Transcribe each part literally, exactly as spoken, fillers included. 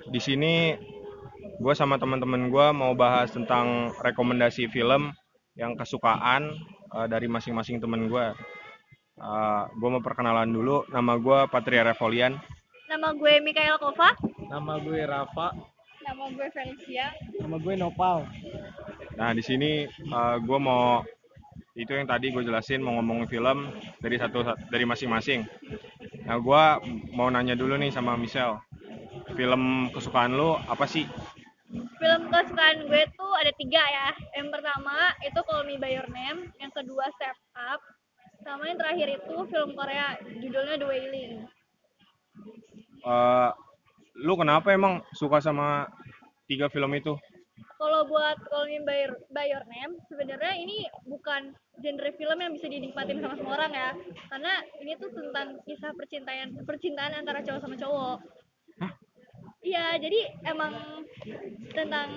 Di sini gue sama teman-teman gue mau bahas tentang rekomendasi film yang kesukaan eh, dari masing-masing temen gue. Uh, gue mau perkenalan dulu, nama gue Patria Revolian. Nama gue Mikael Kova. Nama gue Rafa. Nama gue Felicia. Nama gue Nopal. Nah di sini uh, gue mau itu yang tadi gue jelasin mau ngomongin film dari satu dari masing-masing. Nah gue mau nanya dulu nih sama Michelle, film kesukaan lu apa sih? Film kesukaan gue tuh ada tiga ya. Yang pertama itu Call Me By Your Name. Yang kedua Step Up. Sama yang terakhir itu film Korea judulnya The Wailing. Uh, lu kenapa emang suka sama tiga film itu? Kalau buat Call Me By Your, By Your Name, sebenarnya ini bukan genre film yang bisa dinikmatin sama semua orang ya. Karena ini tuh tentang kisah percintaan percintaan antara cowok sama cowok. Hah? Iya, jadi emang tentang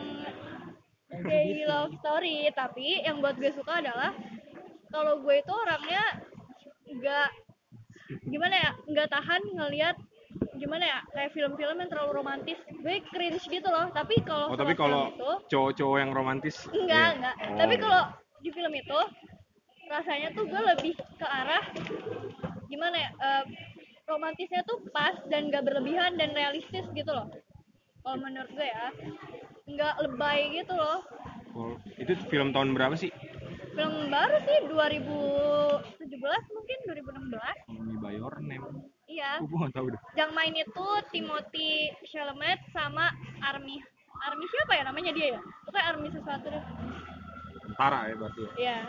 gay love story, tapi yang buat gue suka adalah kalau gue itu orangnya nggak gimana ya, nggak tahan ngelihat gimana ya kayak film-film yang terlalu romantis, gue cringe gitu loh. Tapi kalau Oh tapi kalau itu cowok-cowok yang romantis enggak iya. enggak Oh. Tapi kalau di film itu rasanya tuh gue lebih ke arah gimana ya, uh, romantisnya tuh pas dan gak berlebihan dan realistis gitu loh. Kalau menurut gue ya, nggak lebay gitu loh. Oh, itu film tahun berapa sih? Film baru sih dua ribu tujuh belas mungkin dua ribu enam belas. Call Me By Your Name. Iya. Oh, gue nggak tahu deh. Yang main itu Timothy Chalamet sama Army. Army siapa ya namanya dia ya? Pokoknya Army sesuatu deh. Tentara ya berarti ya? Iya.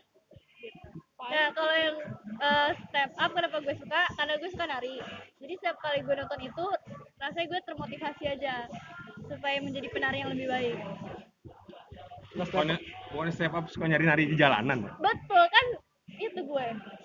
Nah kalau yang uh, Step Up kenapa gue suka? Karena gue suka nari. Jadi setiap kali gue nonton itu rasanya gue termotivasi aja supaya menjadi penari yang lebih baik. Pokoknya, pokoknya Step Up suka nyari-nari di jalanan. Betul kan, itu gue.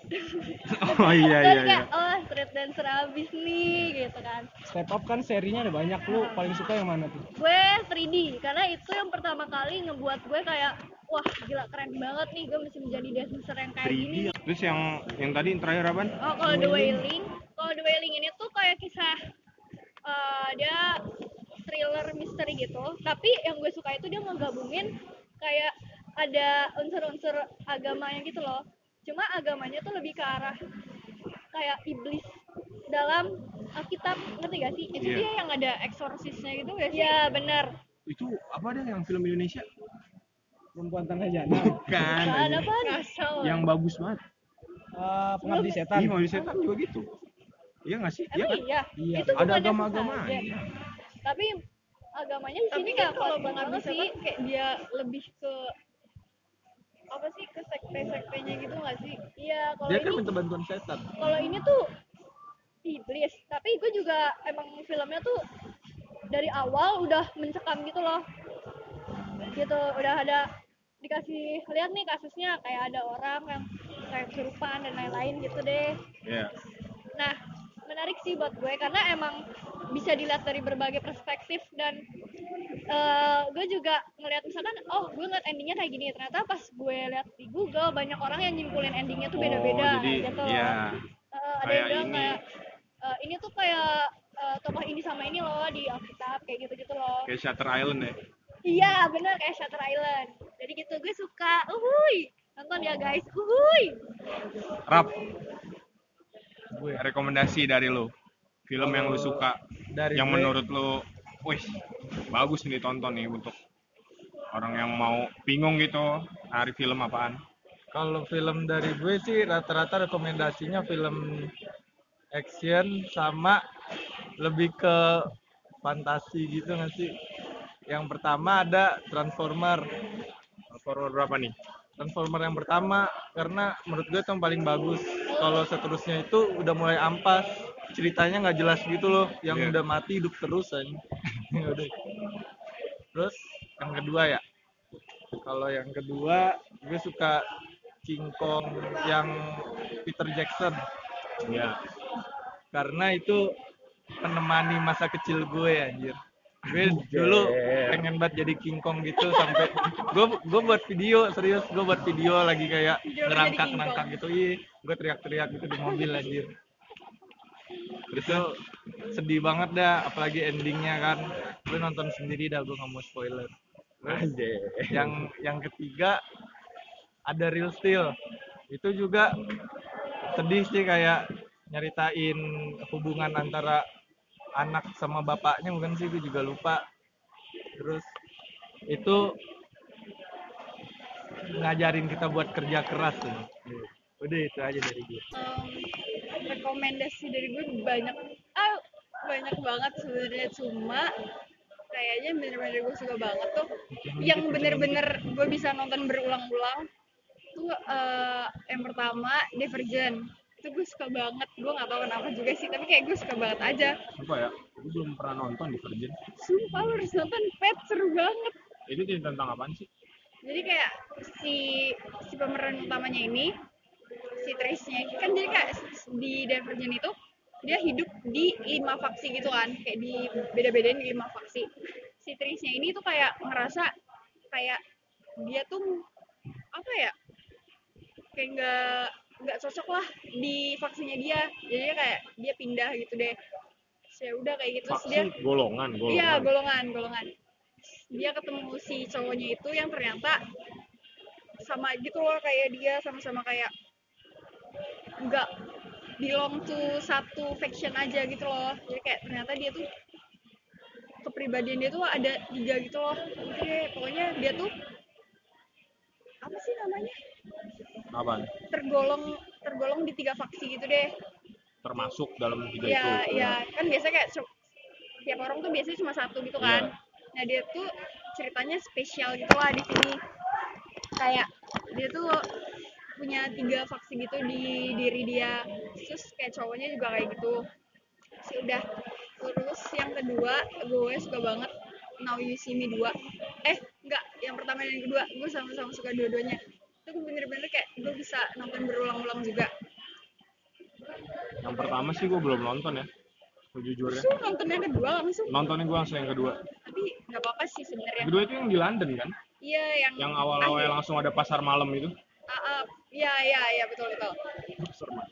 Oh iya Dan iya. kayak, iya. oh street dancer abis nih gitu kan. Step Up kan serinya ada banyak. Lu paling suka yang mana tuh? Gue tiga D karena itu yang pertama kali ngebuat gue kayak wah gila keren banget nih gue mesti menjadi dancer yang kayak tiga D. gini. Terus yang yang tadi yang terakhir apa? Oh kalau The Wailing, kalau The Wailing ini tuh kayak kisah uh, dia thriller misteri gitu. Tapi yang gue suka itu dia ngegabungin kayak ada unsur-unsur agamanya gitu loh. Cuma agamanya tuh lebih ke arah kayak iblis dalam Alkitab, ngerti gak sih? Itu Iya. dia yang ada eksorsisnya gitu gak sih? Iya benar. Itu apa deh yang film Indonesia? Perempuan Tanah Jana. Bukan. Apaan anjing. apaan? Yang bagus banget. Uh, Pengabdi Setan. Iya, Pengabdi Setan juga gitu. Iya nggak sih? Iya Emang kan? iya? Iya. Itu Ada bukannya agama-agama. sesajen. Iya. Tapi agamanya di sini nggak kalau Pengabdi Setan kayak dia lebih ke apa sih, ke sekte-sektenya gitu nggak sih? Iya, kalau Dia ini kan minta bantuan setan. kalau ini tuh iblis. Tapi gue juga emang filmnya tuh dari awal udah mencekam gitu loh. Gitu, udah ada dikasih lihat nih kasusnya kayak ada orang yang kayak kesurupan dan lain-lain gitu deh. Iya. Nah, menarik sih buat gue karena emang bisa dilihat dari berbagai perspektif dan uh, gue juga ngelihat misalkan oh gue ngeliat endingnya kayak gini, ternyata pas gue lihat di Google banyak orang yang nyimpulin endingnya tuh beda-beda. Oh, jadi gitu. iya. Uh, ada Kayak yang bilang ini. kayak uh, ini tuh kayak uh, tokoh ini sama ini loh di Alkitab kayak gitu-gitu loh. Kayak Shutter Island ya. Iya bener kayak Shutter Island. Jadi gitu gue suka. Uhuy, nonton ya guys. Uhuy. Rap, Gue. rekomendasi dari lu. Film yang lu suka, Dari yang gue, menurut lu, wih, bagus nih ditonton nih untuk orang yang mau bingung gitu, cari film apaan. kalau film dari gue sih rata-rata rekomendasinya film action sama lebih ke fantasi gitu nggak sih? Yang pertama ada Transformer. Horor berapa nih? Transformer yang pertama karena menurut gue itu yang paling bagus. Kalau seterusnya itu udah mulai ampas, ceritanya nggak jelas gitu loh. Yang Iya. udah mati hidup terus aja. Ya udah. Terus yang kedua ya, kalau yang kedua gue suka King Kong yang Peter Jackson Iya. karena itu menemani masa kecil gue anjir. Gue dulu pengen banget jadi King Kong gitu sampai gue gue buat video serius, gue buat video lagi kayak Video lu jadi ngerangkak King ngerangkak Kong. gitu, iya gue teriak-teriak gitu di mobil anjir. Itu sedih banget dah, apalagi endingnya kan. Gue nonton sendiri dah, gue nggak mau spoiler. Terus Anjay. yang yang ketiga ada Real Steel. Itu juga sedih sih, kayak nyeritain hubungan antara anak sama bapaknya, bukan sih, gue juga lupa. Terus itu ngajarin kita buat kerja keras tuh. Udah itu aja dari gue. um, rekomendasi dari gue banyak ah banyak banget sebenarnya, cuma kayaknya bener-bener gue suka banget tuh yang bener-bener gue bisa nonton berulang-ulang tuh eh, yang pertama Divergent. Itu gue suka banget, gue nggak tahu kenapa juga sih, tapi kayak gue suka banget aja. Apa ya? Gue belum pernah nonton di Virgin. Sumpah lu harus nonton, Pet, seru banget. Itu cerita tentang apaan sih? Jadi kayak si si pemeran utamanya ini, si Trisnya ini kan, jadi kayak di Divergent itu dia hidup di lima faksi gitu kan, kayak di beda-bedain di lima faksi. Si Trisnya ini tuh kayak ngerasa kayak dia tuh apa ya, kayak nggak nggak cocok lah di faksinya dia, jadi kayak dia pindah gitu deh. Ya udah kayak gitu. Terus Faksi dia golongan, golongan. iya golongan golongan dia ketemu si cowoknya itu yang ternyata sama gitu loh kayak dia, sama-sama kayak nggak belong to satu faction aja gitu loh. Jadi kayak ternyata dia tuh kepribadian dia tuh ada tiga gitu loh. Jadi pokoknya dia tuh apa sih namanya, Apaan? tergolong tergolong di tiga faksi gitu deh. Termasuk dalam tiga Iya itu. iya kan biasanya kayak cu- tiap orang tuh biasanya cuma satu gitu kan. Iya. Nah dia tuh ceritanya spesial gitu lah di sini, kayak dia tuh punya tiga faksi gitu di diri dia. Terus kayak cowoknya juga kayak gitu. Sudah. Terus yang kedua gue suka banget Now You See Me dua. Eh enggak, yang pertama dan yang kedua gue sama-sama suka dua-duanya. Itu bener-bener kayak gue bisa nonton berulang-ulang juga. Yang pertama sih gue belum nonton ya, sejujurnya. Terus nonton yang kedua langsung. Nontonnya gue langsung yang kedua. Tapi nggak apa-apa sih sebenarnya. Kedua itu yang di London kan? Iya yang Yang awal-awal akhir. langsung ada pasar malam itu. Ah, ah, iya iya iya betul betul. Pasar malam.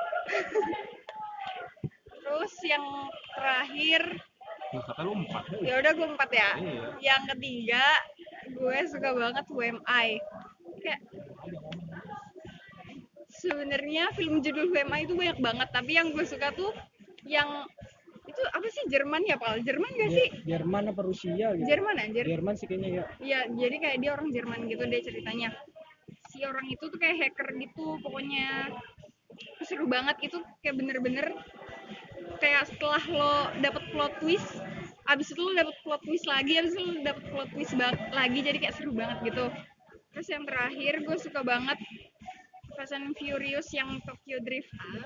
Terus yang terakhir, Nah, kata lu empat. ya udah gue empat ya. Iya. Yang ketiga gue suka banget W M I. Kayak sebenarnya film judul W M I itu banyak banget, tapi yang gue suka tuh yang itu apa sih, Jerman ya Pal? Jerman gak sih? Jerman apa Rusia gitu? Jerman anjir. Jerman sih kayaknya ya. Iya, jadi kayak dia orang Jerman gitu deh ceritanya. Si orang itu tuh kayak hacker gitu, pokoknya seru banget. Itu kayak bener-bener kayak setelah lo dapet plot twist, abis itu lo dapet plot twist lagi, abis itu lo dapet plot twist ba- lagi, jadi kayak seru banget gitu. Terus yang terakhir gue suka banget Fast and Furious yang Tokyo Drift.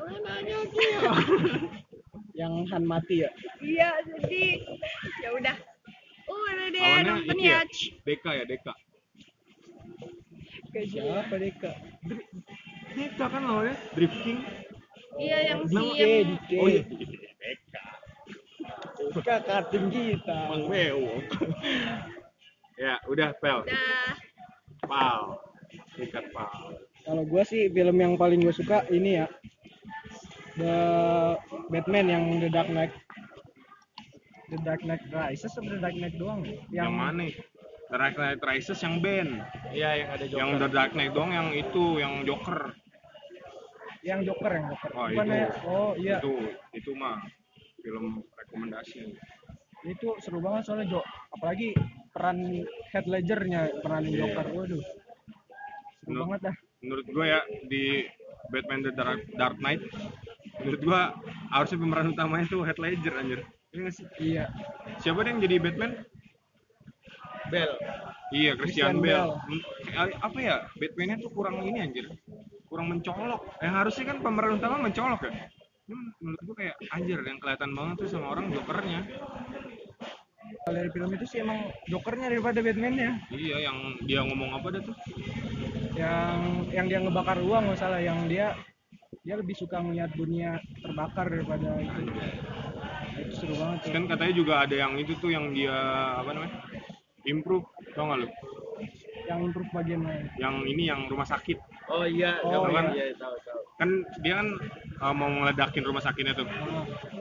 Yang Han mati ya. Iya, jadi ya udah. Oh, udah deh Awalnya nonton itu ya. ya, Deka ya, Deka. Kayak siapa deh kak? Deka kan awalnya, Drift King. Iya yang si Dike, yang Dike. Oh iya, Deka. Dika kartun kita. Bang Beo. Ya, udah, Pel. udah. Pal. Ikat pal. Kalau gue sih film yang paling gue suka ini ya, The Batman yang The Dark Knight. The Dark Knight Rises atau The Dark Knight doang? Yang, mana? The Dark Knight Rises yang band. Iya, yang ada Joker. Yang The Dark Knight doang yang itu, yang Joker. Yang Joker, yang Joker. Oh, Bukan itu. ya? Oh iya. Itu, itu mah film rekomendasi. Itu seru banget soalnya Jo. Apalagi peran Heath Ledger-nya peranin Iya. Joker. Waduh. Seru Menurut- banget dah. Menurut gue ya, di Batman The Dark, Dark Knight, menurut gue harusnya pemeran utamanya tuh Heath Ledger anjir. Iya nggak sih? Iya. Siapa deh yang jadi Batman? Bell. Iya, Christian, Christian Bale. Bale. Hmm, eh, Apa ya? Batman-nya tuh kurang ini anjir. Kurang mencolok. Yang harusnya kan pemeran utama mencolok ya. Ini menurut gue kayak anjir yang kelihatan banget tuh sama orang Jokernya. Kalau dari film itu sih emang Jokernya daripada Batman-nya. Iya, yang dia ngomong apa dah tuh? Yang yang dia ngebakar uang nggak salah, yang dia dia lebih suka ngeliat dunia terbakar daripada itu. Nah, itu seru banget tuh. Kan katanya juga ada yang itu tuh yang dia apa namanya? Improve, tau nggak lu? Yang improve bagian lain. Yang ini yang rumah sakit. Oh iya, Oh, tahu iya. iya, tahu tahu. Kan dia kan uh, mau ngeledakin rumah sakitnya tuh. Nah,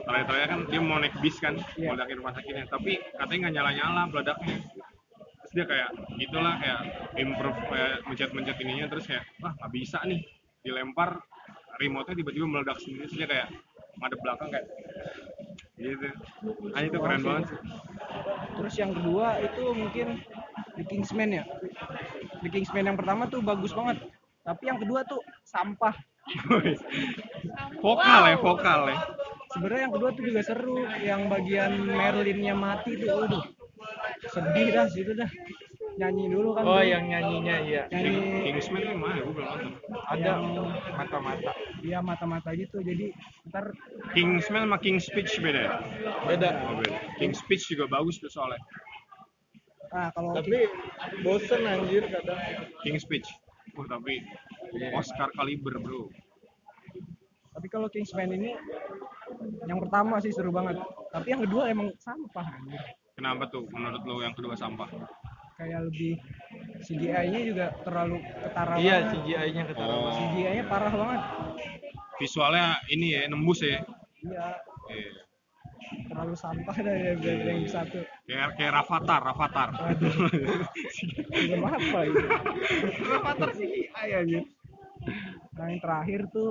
terakhir-terakhir kan dia mau naik bis kan, Iya. meledakin rumah sakitnya, tapi katanya nggak nyala-nyala meledaknya. Terus dia kayak gitulah, kayak improve, kayak mencet-mencet ininya, terus kayak wah nggak bisa nih, dilempar remote-nya tiba-tiba meledak sendiri. Terus dia kayak ngadep belakang kayak gitu. Ah itu keren banget sih. Terus yang kedua itu mungkin The Kingsman ya. The Kingsman yang pertama tuh bagus banget, tapi yang kedua tuh sampah. Vokal ya, vokal ya. Sebenarnya yang kedua tuh juga seru, yang bagian Merlinnya mati tuh, waduh, sedih dah situ dah. Nyanyi dulu kan. Oh, tuh. yang nyanyinya iya. King, Nyanyi Kingsman tuh mana? Gue belum nonton. Ada mata-mata. dia mata-mata gitu, jadi ntar Kingsman sama King's Speech beda ya? Beda. Oh beda. King's Speech juga bagus tuh soalnya. ah kalau Tapi bosen anjir kadang. King's Speech. Wah tapi Oscar kaliber bro. tapi kalau Kingsman ini yang pertama sih seru banget, tapi yang kedua emang sampah anjir. Kenapa tuh menurut lo yang kedua sampah? Kayak lebih C G I-nya juga terlalu ketara Iya, banget. C G I-nya ketara Oh. banget. C G I-nya parah banget. Visualnya ini ya, nembus ya. Iya, Iya. terlalu sampah dari dari yang satu. Kayak kayak Rafathar, Rafathar. Film apa itu? Rafathar C G I aja. Nah yang terakhir tuh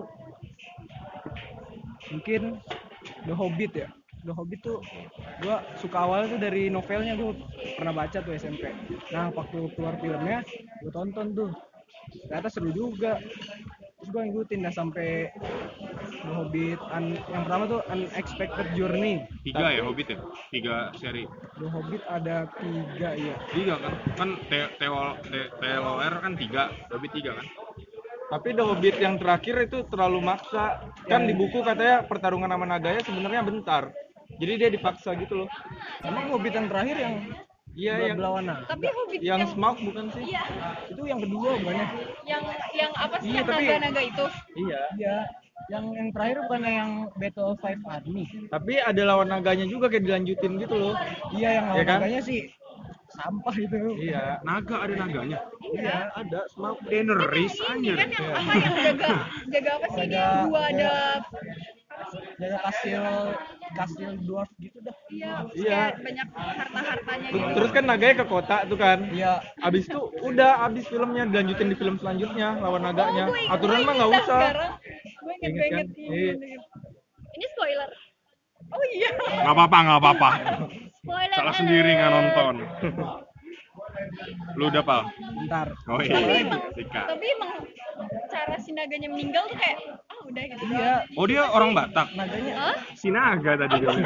mungkin The Hobbit ya. The Hobbit tuh gua suka awalnya tuh dari novelnya, gua pernah baca tuh S M P. Nah waktu keluar filmnya gua tonton tuh, ternyata seru juga. Terus gua ngikutin dah sampai The Hobbit. Un- yang pertama tuh Unexpected Journey. Tiga ya Hobbit ya? Tiga seri. The Hobbit ada tiga ya. Tiga kan? Kan T T L O R kan tiga, Hobbit tiga kan? Tapi The Hobbit yang terakhir itu terlalu maksa. Kan di buku katanya pertarungan sama naganya sebenarnya bentar. Jadi dia dipaksa gitu loh. Emang Hobbit yang terakhir yang Iya, yang berlawanan. Tapi Hobbit yang yang, Smaug bukan sih? iya, Itu yang kedua bukannya? yang yang apa sih Iya, yang tapi- naga-naga itu? Iya. Iya. Yang yang terakhir bukannya yang Battle of Five Army? Tapi ada lawan naganya juga kayak dilanjutin gitu loh. Iya yang Iya kan? naganya sih sampah itu. Iya. Naga ada naganya. Iya, ada Smaug. Daenerys Ini anjir. kan yang apa yang jaga jaga apa sih ini yang Jaga- gua ada Jaga kastil kastil dwarf gitu dah. iya Iya. kayak banyak harta-hartanya gitu. Terus kan naganya ke kota tuh kan. Iya. Abis itu udah abis filmnya dilanjutin di film selanjutnya lawan naganya. Oh, gua- Aturan gua mah nggak inget usah. sekarang. Gua inget Inget kan? banget Iya. ini. Ini spoiler. Oh iya. Nggak apa-apa, nggak apa-apa. Spoiler. Salah alert. sendiri nggak nonton. Lu udah pal? Bentar. Oh Tapi iya. emang, Sikat. tapi emang cara si naganya meninggal tuh kayak ah udah gitu. Iya. Oh dia orang Batak. Naganya Hah? Si naga tadi dia.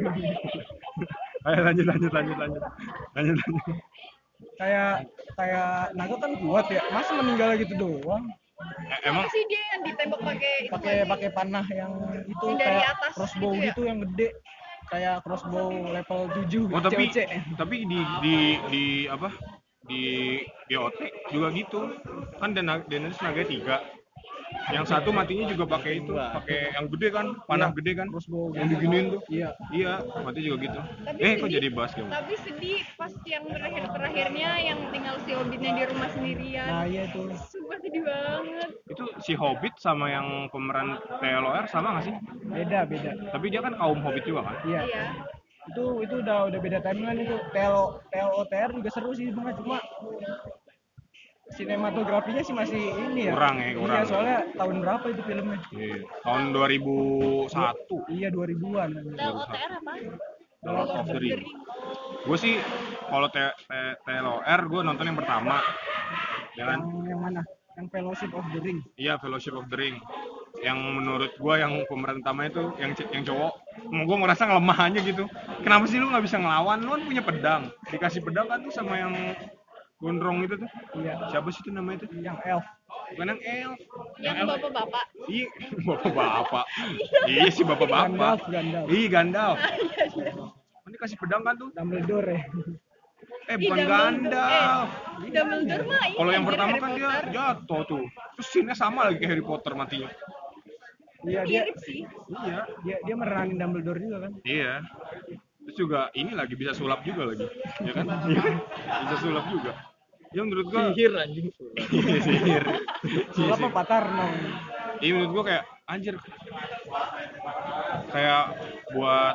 Ayo lanjut lanjut lanjut lanjut. Lanjut lanjut. kayak kayak naga kan kuat ya. Masa meninggal gitu doang? Eh, emang sih dia yang ditembak pakai itu Pakai lagi. pakai panah yang itu Yang dari kayak atas crossbow gitu ya? gitu yang gede. Kayak crossbow level tujuh oh tapi C O C. tapi di di di apa? Di G O T juga gitu. Kan dan Daenerys naga tiga. Yang satu matinya juga pakai itu, pakai yang gede kan, panah Iya, gede kan, crossbow yang diginiin tuh. Iya. Iya, mati juga gitu. Tapi Eh, kok sedih- jadi bahas gitu? Tapi sedih pas yang terakhir-terakhirnya yang tinggal si Hobbitnya di rumah sendirian. Nah, iya itu. Sumpah sedih banget. Itu si Hobbit sama yang pemeran T L O R sama nggak sih? Beda, beda. Tapi dia kan kaum Hobbit juga kan? Iya. Iya. Itu itu udah udah beda timeline itu. T L O T L O T R juga seru sih banget, cuma sinematografinya sih masih ini ya. Kurang ya, kurang. Iya, soalnya tahun berapa itu filmnya? Iya. Tahun dua ribu satu. Iya, dua ribuan. T L O T R apa? The Lord of the Ring. Gue sih kalau T L O R gue nonton yang pertama. Ya kan? Yang yang mana? Yang Fellowship of the Ring. Iya, Fellowship of the Ring. Yang menurut gue yang pemeran utama itu yang c- yang cowok, gue ngerasa ngelemah aja gitu. Kenapa sih lu nggak bisa ngelawan? Lu kan punya pedang. Dikasih pedang kan tuh sama yang gondrong itu tuh. Iya. Siapa sih itu namanya tuh? Yang elf. Bukan yang elf. Yang elf. bapak-bapak. Iya, bapak-bapak. Iya sih bapak-bapak. Gandalf, Gandalf. Iya, Gandalf. Iya, iya. Kan dikasih pedang kan tuh? Dumbledore ya. Eh, Ih, bukan Dumbledore. Gandalf. Eh, Dumbledore mah ini Kalau yang anjir, pertama Harry kan dia Potter. jatuh tuh. Terus scene-nya sama lagi kayak Harry Potter matinya. Iya, dia Mirip sih. Iya. dia dia meranin Dumbledore juga kan. Iya. Terus juga ini lagi bisa sulap juga lagi. Ya kan? Iya kan? Bisa sulap juga. Ya menurut gua Sihir anjing. Iya, sihir. Sulap apa Patarno? Iya menurut gua kayak anjir. Kayak buat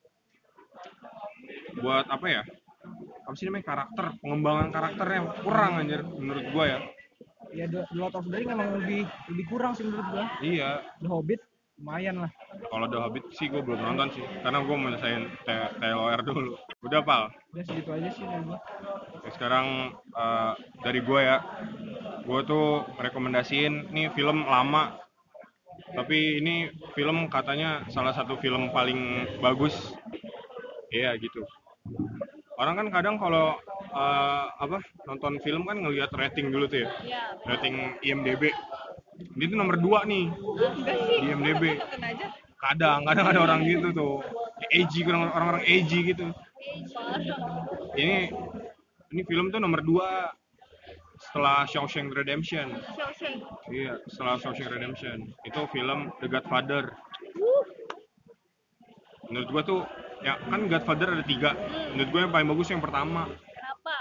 buat apa ya? Apa sih namanya, karakter, pengembangan karakternya kurang anjir menurut gua ya. Ya The, The Lord of the Ring emang lebih lebih kurang sih menurut gua. Iya, The Hobbit lumayan lah. kalau The Hobbit sih gua belum nonton sih, karena gua mau nyelesain T- T L O R dulu. Udah pal. Udah segitu aja sih menurut gua. Oke, sekarang eh, dari gua ya, gua tuh rekomendasiin nih film lama, tapi ini film katanya salah satu film paling bagus. Iya gitu. Orang kan kadang kalau eh, apa nonton film kan ngelihat rating dulu tuh ya, Iya. rating I M D B. Ini tuh nomor dua nih Ah, enggak sih. di I M D B. Gua nonton aja. Kadang, kadang ada orang gitu tuh, edgy, orang- orang-orang edgy gitu. Ih, parah. Ini ini film tuh nomor dua setelah Shawshank Redemption. Shawshank. Iya, setelah Shawshank Redemption. Itu film The Godfather. Uh, Menurut gua tuh, ya kan Godfather ada tiga. Menurut gua yang paling bagus yang pertama. kenapa?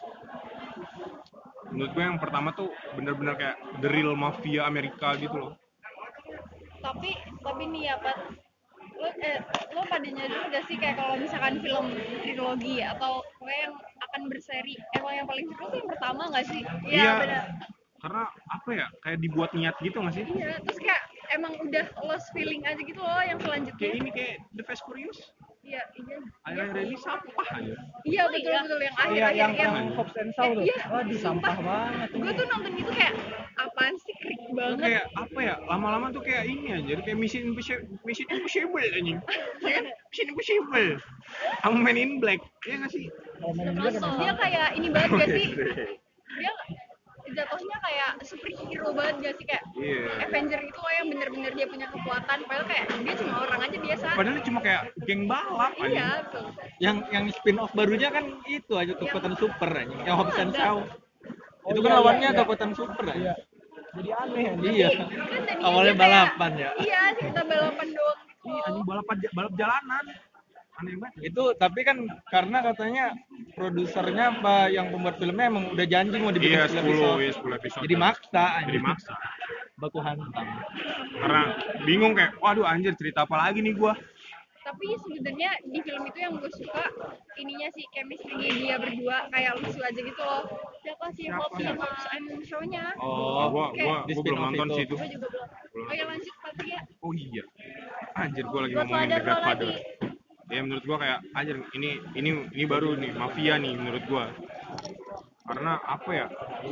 Menurut gue yang pertama tuh bener-bener kayak the real mafia Amerika gitu loh. Tapi tapi nih ya, Pat. Lo eh lo pada nyadar gak sih kayak kalau misalkan film trilogi atau pokoknya yang akan berseri, emang yang paling seru tuh yang pertama gak sih? Iya, benar. Karena apa ya, kayak dibuat niat gitu nggak sih? Iya, terus kayak emang udah lost feeling aja gitu loh yang selanjutnya. Kayak ini kayak The Fast Furious. Iya, iya. Akhir-akhir ini sampah aja. Iya, betul betul yang Iya, akhir-akhir yang yang yang Hobbs and Shaw tuh. Iya, Waduh, sampah banget. gue tuh nonton itu kayak apaan sih, krik Tuh banget. kayak apa ya, lama-lama tuh kayak ini aja, kayak Mission Impossible, Mission Impossible anjing. Iya kan? Mission Impossible. Sama Men in Black. Iya nggak sih? Kalau main India kan Dia kayak ini banget gak sih? Dia jatuhnya kayak superhero banget gak sih, kayak Iya. Avenger gitu loh yang bener-bener dia punya kekuatan, padahal kayak dia cuma orang aja biasa. Padahal cuma kayak geng balap anjing. Iya, betul. Yang yang spin off barunya kan itu aja kekuatan super aja. Yang Hobbs and ada. Shaw. Oh, Itu iya, kan iya, lawannya iya. kekuatan super aja. Iya. Jadi aneh ya. Iya. Kan tadinya Awalnya dia kayak- balapan ya. Iya, kita balapan doang gitu. Iya, anjing balapan balap jalanan. Aneh banget. Itu tapi kan karena katanya produsernya apa yang pembuat filmnya emang udah janji mau dibikin Iya, sepuluh sepuluh, episode. iya sepuluh episode. Jadi maksa Jadi anjing. maksa. Baku hantam. Karena bingung kayak, waduh anjir cerita apa lagi nih gua. Tapi sebenarnya di film itu yang gue suka ininya sih chemistry dia berdua kayak lucu aja gitu loh. Siapa sih Siapa? Hobbs sama and Shaw-nya? Oh, gua gua, di gua belum spin-off nonton itu. sih itu. Gue juga belum. Belum. Oh ya, lanjut Patria. Oh iya. Anjir gua lagi ngomongin Godfather The lo Godfather. lagi. Ya menurut gua kayak anjir ini ini ini baru nih mafia nih menurut gua. Karena apa ya?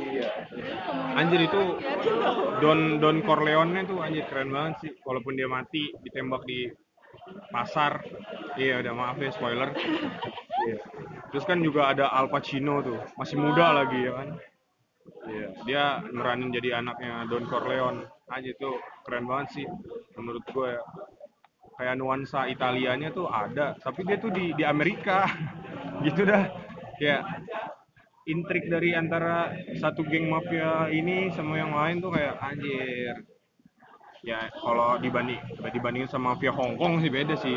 Anjir itu Don Don Corleone tuh anjir keren banget sih. Walaupun dia mati ditembak di pasar. Iya udah maaf ya spoiler. Iya. Terus kan juga ada Al Pacino tuh, masih muda lagi ya kan. Iya, dia meranin jadi anaknya Don Corleone. Anjir itu keren banget sih menurut gue ya. Kayak nuansa Italianya tuh ada, tapi dia tuh di di Amerika. Gitu dah. Kayak intrik dari antara satu geng mafia ini sama yang lain tuh kayak anjir. Ya kalau dibanding dibandingin sama mafia Hong Kong sih beda sih.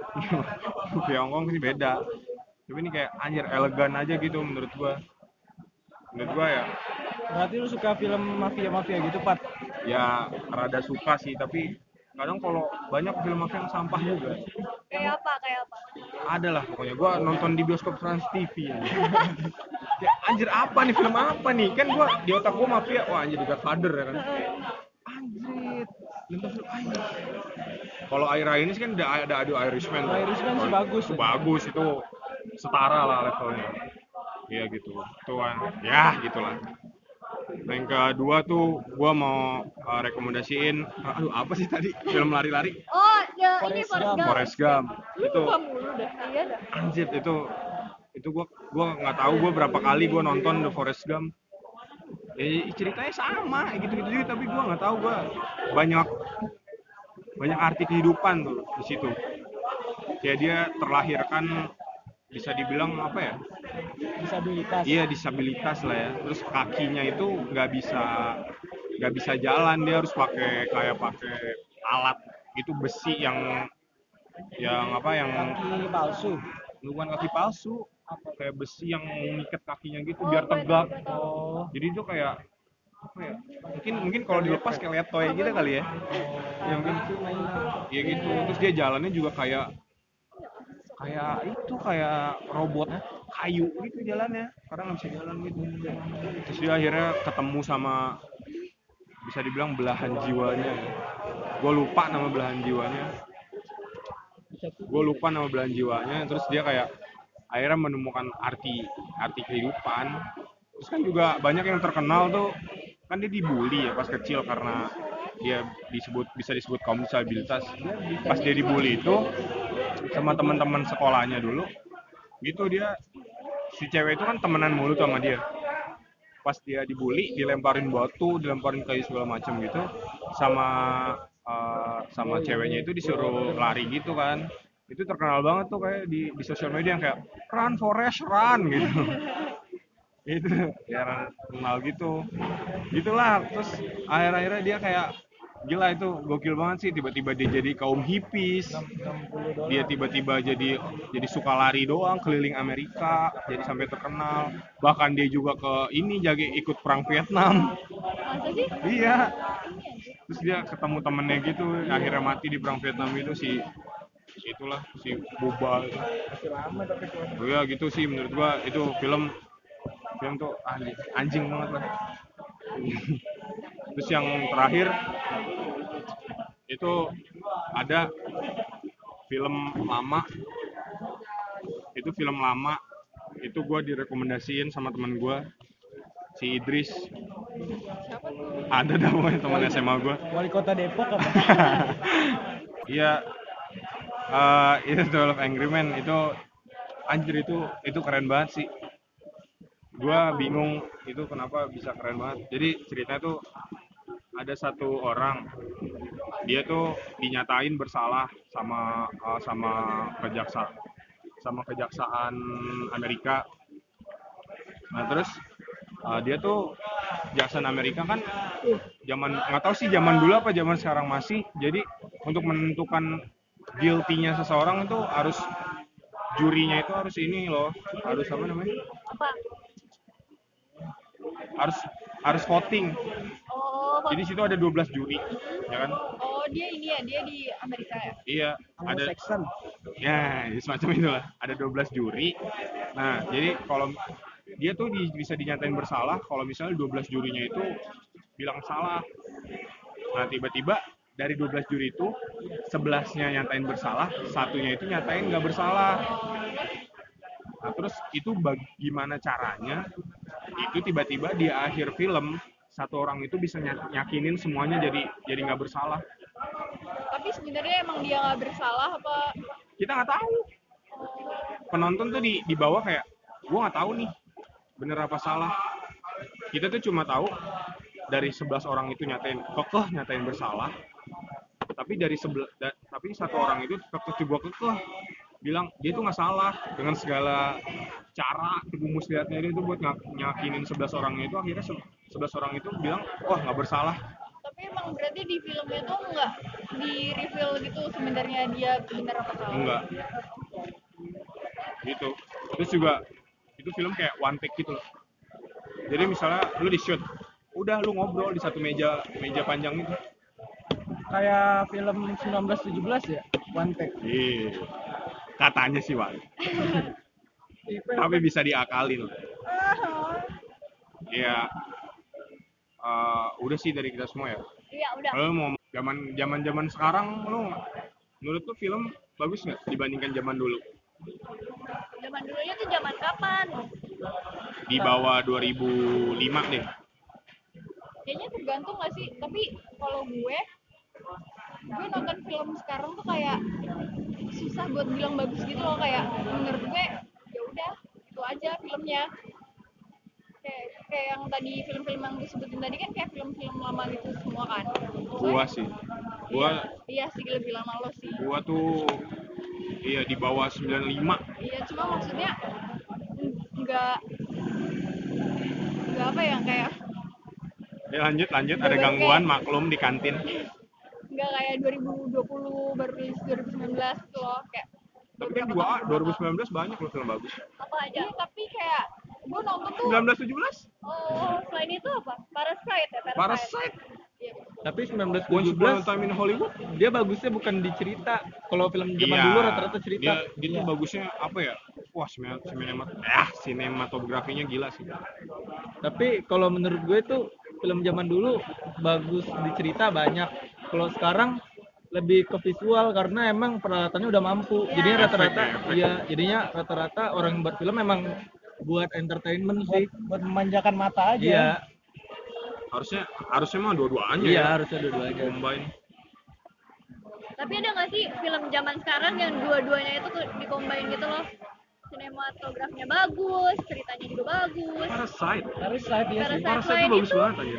Mafia Hong Kong sih beda. Tapi ini kayak anjir elegan aja gitu menurut gua. Menurut gua ya Berarti lu suka film mafia-mafia gitu, Pat? ya rada suka sih, tapi kadang kalau banyak film mafia yang sampah juga. Kayak apa? Kayak apa? Ada lah pokoknya gua nonton di bioskop Trans T V ya. Kayak anjir apa nih film apa nih? Kan gua di otak gua mafia, wah anjir The Godfather ya kan. Anjir. Nonton film anjir. Kalau akhir-akhir ini sih kan ada ada ada Irishman. tuh. Irishman sih Oh, bagus. itu bagus itu setara lah levelnya. Iya gitu. Itu kan ya gitulah. Nah, yang kedua tuh gua mau uh, rekomendasiin aduh apa sih tadi film lari-lari Oh, ya, ini Forrest Forrest Gump. Gump. Forrest Gump Lu itu lupa mulu dah. Iya dah. anjir itu itu gua gua nggak tahu gua berapa kali gua nonton The Forrest Gump. Ya, ceritanya sama gitu-gitu juga tapi gua nggak tahu gua banyak banyak arti kehidupan tuh di situ. Kayak dia terlahirkan bisa dibilang apa ya? Disabilitas. Iya disabilitas lah ya. Terus kakinya itu nggak bisa nggak bisa jalan, dia harus pakai kayak pakai alat gitu besi yang yang apa yang Kaki palsu. bukan kaki palsu, kayak besi yang mengikat kakinya gitu Oh, biar gue tegak. tahu, gue tahu. Oh. Jadi itu kayak apa ya? Mungkin mungkin kalau dilepas kayak lihat toy gitu kali ya. Ya mungkin iya gitu. Terus dia jalannya juga kayak kayak itu kayak robot kayu gitu jalannya karena nggak bisa jalan gitu. Terus dia akhirnya ketemu sama bisa dibilang belahan jiwanya. Gue lupa nama belahan jiwanya. Gue lupa nama belahan jiwanya. Terus dia kayak akhirnya menemukan arti arti kehidupan. Terus kan juga banyak yang terkenal tuh kan dia dibully ya pas kecil karena dia disebut bisa disebut kaum disabilitas. Pas dia dibully itu sama teman-teman sekolahnya dulu gitu dia si cewek itu kan temenan mulu sama dia. Pas dia dibully dilemparin batu dilemparin kayu segala macam gitu sama uh, sama ceweknya itu disuruh lari gitu kan. Itu terkenal banget tuh kayak di di sosial media yang kayak run Forest run gitu. Itu ya kenal gitu gitulah. Terus akhir-akhirnya dia kayak gila itu gokil banget sih tiba-tiba dia jadi kaum hippies. Dia tiba-tiba jadi jadi suka lari doang keliling Amerika jadi sampai terkenal. Bahkan dia juga ke ini jadi ikut perang Vietnam. Masa sih? Iya. Terus dia ketemu temennya gitu akhirnya mati di perang Vietnam itu si itulah si Boba itu. Oh ya gitu sih menurut gua itu film film tuh anjing, anjing banget lah. Terus yang terakhir itu ada film lama. Itu film lama. Itu gue direkomendasiin sama teman gue si Idris. Siapa tuh? Ada dah pokoknya teman S M A gue. Wali kota Depok apa? Iya. Uh, itu twelve Angry Men itu anjir itu itu keren banget sih. Gua bingung itu kenapa bisa keren banget. Jadi ceritanya tuh ada satu orang dia tuh dinyatain bersalah sama uh, sama kejaksa sama kejaksaan Amerika. Nah terus uh, dia tuh kejaksaan Amerika kan zaman nggak tahu sih zaman dulu apa zaman sekarang masih. Jadi untuk menentukan guilty-nya seseorang itu harus jurinya itu harus ini loh harus apa namanya? Apa? harus harus voting. Oh, Jadi situ ada dua belas juri, ya kan? oh dia ini ya, dia di Amerika ya? Iya, ada Anglo-Saxon. ya semacam itulah. Ada dua belas juri. Nah, jadi kalau dia tuh di, bisa dinyatain bersalah kalau misalnya dua belas jurinya itu bilang salah. Nah, tiba-tiba dari dua belas juri itu sebelasnya nyatain bersalah, satunya itu nyatain nggak bersalah. Nah, terus itu bagaimana caranya? Itu tiba-tiba di akhir film satu orang itu bisa nyakinin semuanya jadi jadi nggak bersalah. Tapi sebenarnya emang dia nggak bersalah apa? Kita nggak tahu. Penonton tuh di di bawah kayak, gua nggak tahu nih bener apa salah. Kita tuh cuma tahu dari sebelas orang itu nyatain kekeh nyatain bersalah. Tapi dari sebelah da, tapi satu orang itu kekeh juga kekeh bilang dia tuh nggak salah dengan segala cara tipu muslihatnya dia itu buat nyakinin sebelas orangnya itu akhirnya sebelas orang itu bilang wah nggak bersalah. Tapi emang berarti di filmnya tuh nggak di reveal gitu sebenarnya dia benar apa salah? Enggak. Gitu. Terus juga itu film kayak one take gitu loh. Jadi misalnya lu di shoot, udah lu ngobrol di satu meja meja panjang itu. Kayak film sembilan belas tujuh belas ya, one take. Iya. Katanya sih, Wan. Tapi bisa diakalin. Ya, uh, udah sih dari kita semua ya. Iya udah. Kalau mau zaman zaman zaman sekarang, lu menurut lu film bagus nggak dibandingkan zaman dulu? Zaman dulunya tuh zaman kapan? Di bawah dua ribu lima deh. Kayaknya tergantung nggak sih? Tapi kalau gue, gue nonton film sekarang tuh kayak susah buat bilang bagus gitu loh, kayak menurut gue ya udah itu aja filmnya. Kayak kayak yang tadi film-film yang gue sebutin tadi kan kayak film-film lama gitu semua kan. Gua sih. Gua iya, iya sih lebih lama lo sih. Gua tuh iya di bawah sembilan puluh lima. Iya, cuma maksudnya enggak enggak apa ya kayak Ya lanjut lanjut ada gangguan maklum di kantin. Enggak kayak dua ribu dua puluh baru rilis dua ribu sembilan belas tuh loh kayak. Tapi kan dua dua ribu sembilan belas banyak loh film bagus. Apa aja? Iya, tapi kayak gue nonton tuh sembilan belas tujuh belas? Oh, selain itu apa? Parasite ya? Parasite. Iya. Tapi sembilan belas Once tujuh Upon belas a Time in Hollywood. dia bagusnya bukan di cerita. Kalau film zaman Iya, dulu rata-rata cerita. Dia, dia tuh Iya. bagusnya apa ya? Wah, sinema, sinema, eh, sinematografinya gila sih. Tapi kalau menurut gue tuh film zaman dulu bagus di cerita banyak. Kalau sekarang lebih ke visual karena emang peralatannya udah mampu. Ya. Jadinya rata-rata Efek ya, efek. iya, jadinya rata-rata orang yang buat film memang buat entertainment buat sih. buat memanjakan mata aja. Iya, Harusnya harusnya mah dua-duanya iya ya. harusnya dua-duanya. Combine. Tapi ada nggak sih film zaman sekarang yang dua-duanya itu tuh dikombain gitu loh? Sinematografinya bagus, ceritanya juga bagus. Parasite. Parasite ya sih. Parasite. Parasite lain itu bagus itu- banget aja.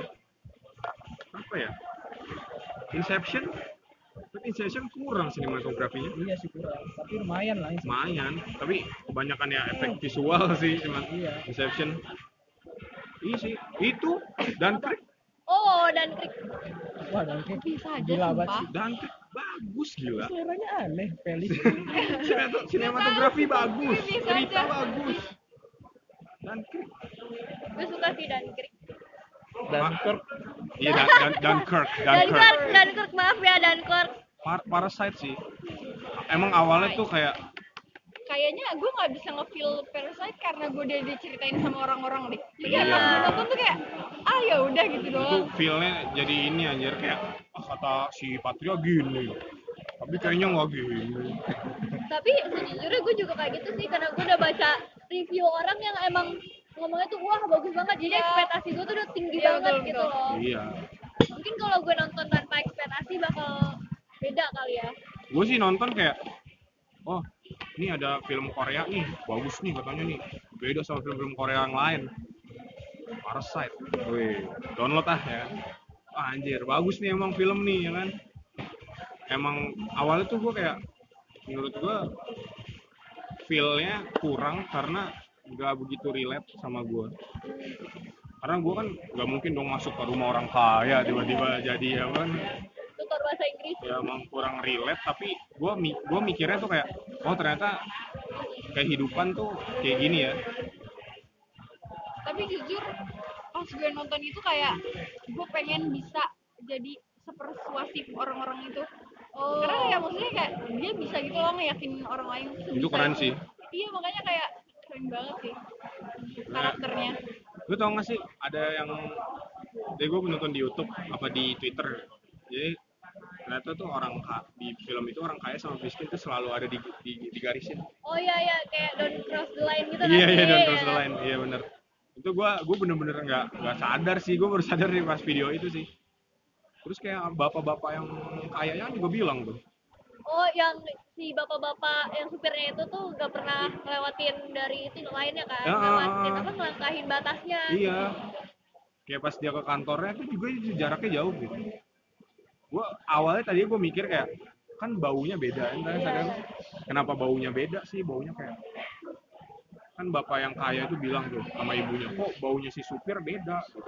Apa ya? Inception. Tapi Inception kurang sinematografinya. Iya sih kurang, tapi lumayan lah. Inception. Lumayan, tapi kebanyakan ya efek visual sih cuman Iya. Inception. Iya sih, itu Dunkirk, Oh, dan Krik. Wah, dan kayak Bisa aja, gila banget sumpah. sih. Dunkirk bagus gila. Seleranya aneh, Pelis. Sinemat- Sinematografi bagus, Bisa cerita aja. bagus. Dunkirk. Gue suka sih dan Krik. Dunkirk Iya, Dan Dan Dunkirk, Dan Dunkirk. Kirk, dan Kirk, maaf ya dan Kirk. Par- Parasite sih. Emang awalnya tuh kayak Kayaknya gue nggak bisa nge-feel Parasite karena gue udah diceritain sama orang-orang deh. Jadi Iya. pas gue nonton tuh kayak, ah ya udah gitu itu doang. feel-nya jadi ini anjir kayak ah, kata si Patria gini. Tapi kayaknya nggak gini. Tapi sejujurnya gue juga kayak gitu sih karena gue udah baca review orang yang emang ngomongnya tuh wah bagus banget jadi Iya. ekspektasi gue tuh udah tinggi Iya, banget betul, gitu betul. loh. Iya. Mungkin kalau gue nonton tanpa ekspektasi bakal beda kali ya. Gue sih nonton kayak oh ini ada film Korea nih bagus nih katanya nih beda sama film-film Korea yang lain. Parasite, wih download ah ya. Wah anjir bagus nih emang film nih ya kan. Emang awalnya tuh gue kayak menurut gue feel-nya kurang karena nggak begitu relate sama gue. Karena gue kan nggak mungkin dong masuk ke rumah orang kaya tiba-tiba jadi ya kan. Tutor bahasa Inggris. Ya emang kurang relate tapi gue gue mikirnya tuh kayak oh ternyata kehidupan tuh kayak gini ya. Tapi jujur pas gue nonton itu kayak gue pengen bisa jadi sepersuasif orang-orang itu. Oh. Karena ya maksudnya kayak dia bisa gitu loh ngeyakinin orang lain. Itu sebisa keren itu. sih. Iya makanya kayak keren banget sih karakternya. Lu tau gak sih ada yang jadi gue menonton di YouTube apa di Twitter jadi ternyata tuh orang ka- di film itu orang kaya sama miskin tuh selalu ada di, di, digarisin. Oh iya iya kayak don't cross the line gitu Iya kan iya sih? dan terus lain iya bener. Itu gue gue bener-bener nggak nggak sadar sih gue baru sadar nih pas video itu sih. Terus kayak bapak-bapak yang kayanya juga bilang tuh. Oh yang si bapak-bapak yang supirnya itu tuh gak pernah ngelewatin dari itu lainnya kan? Ya, Ngelewatin apa ngelangkahin batasnya. Iya. Kayak pas dia ke kantornya tuh juga jaraknya jauh gitu. Gue awalnya tadi gue mikir kayak kan baunya beda kan sadar kenapa baunya beda sih baunya kayak kan bapak yang kaya itu bilang tuh sama ibunya kok baunya si supir beda gitu.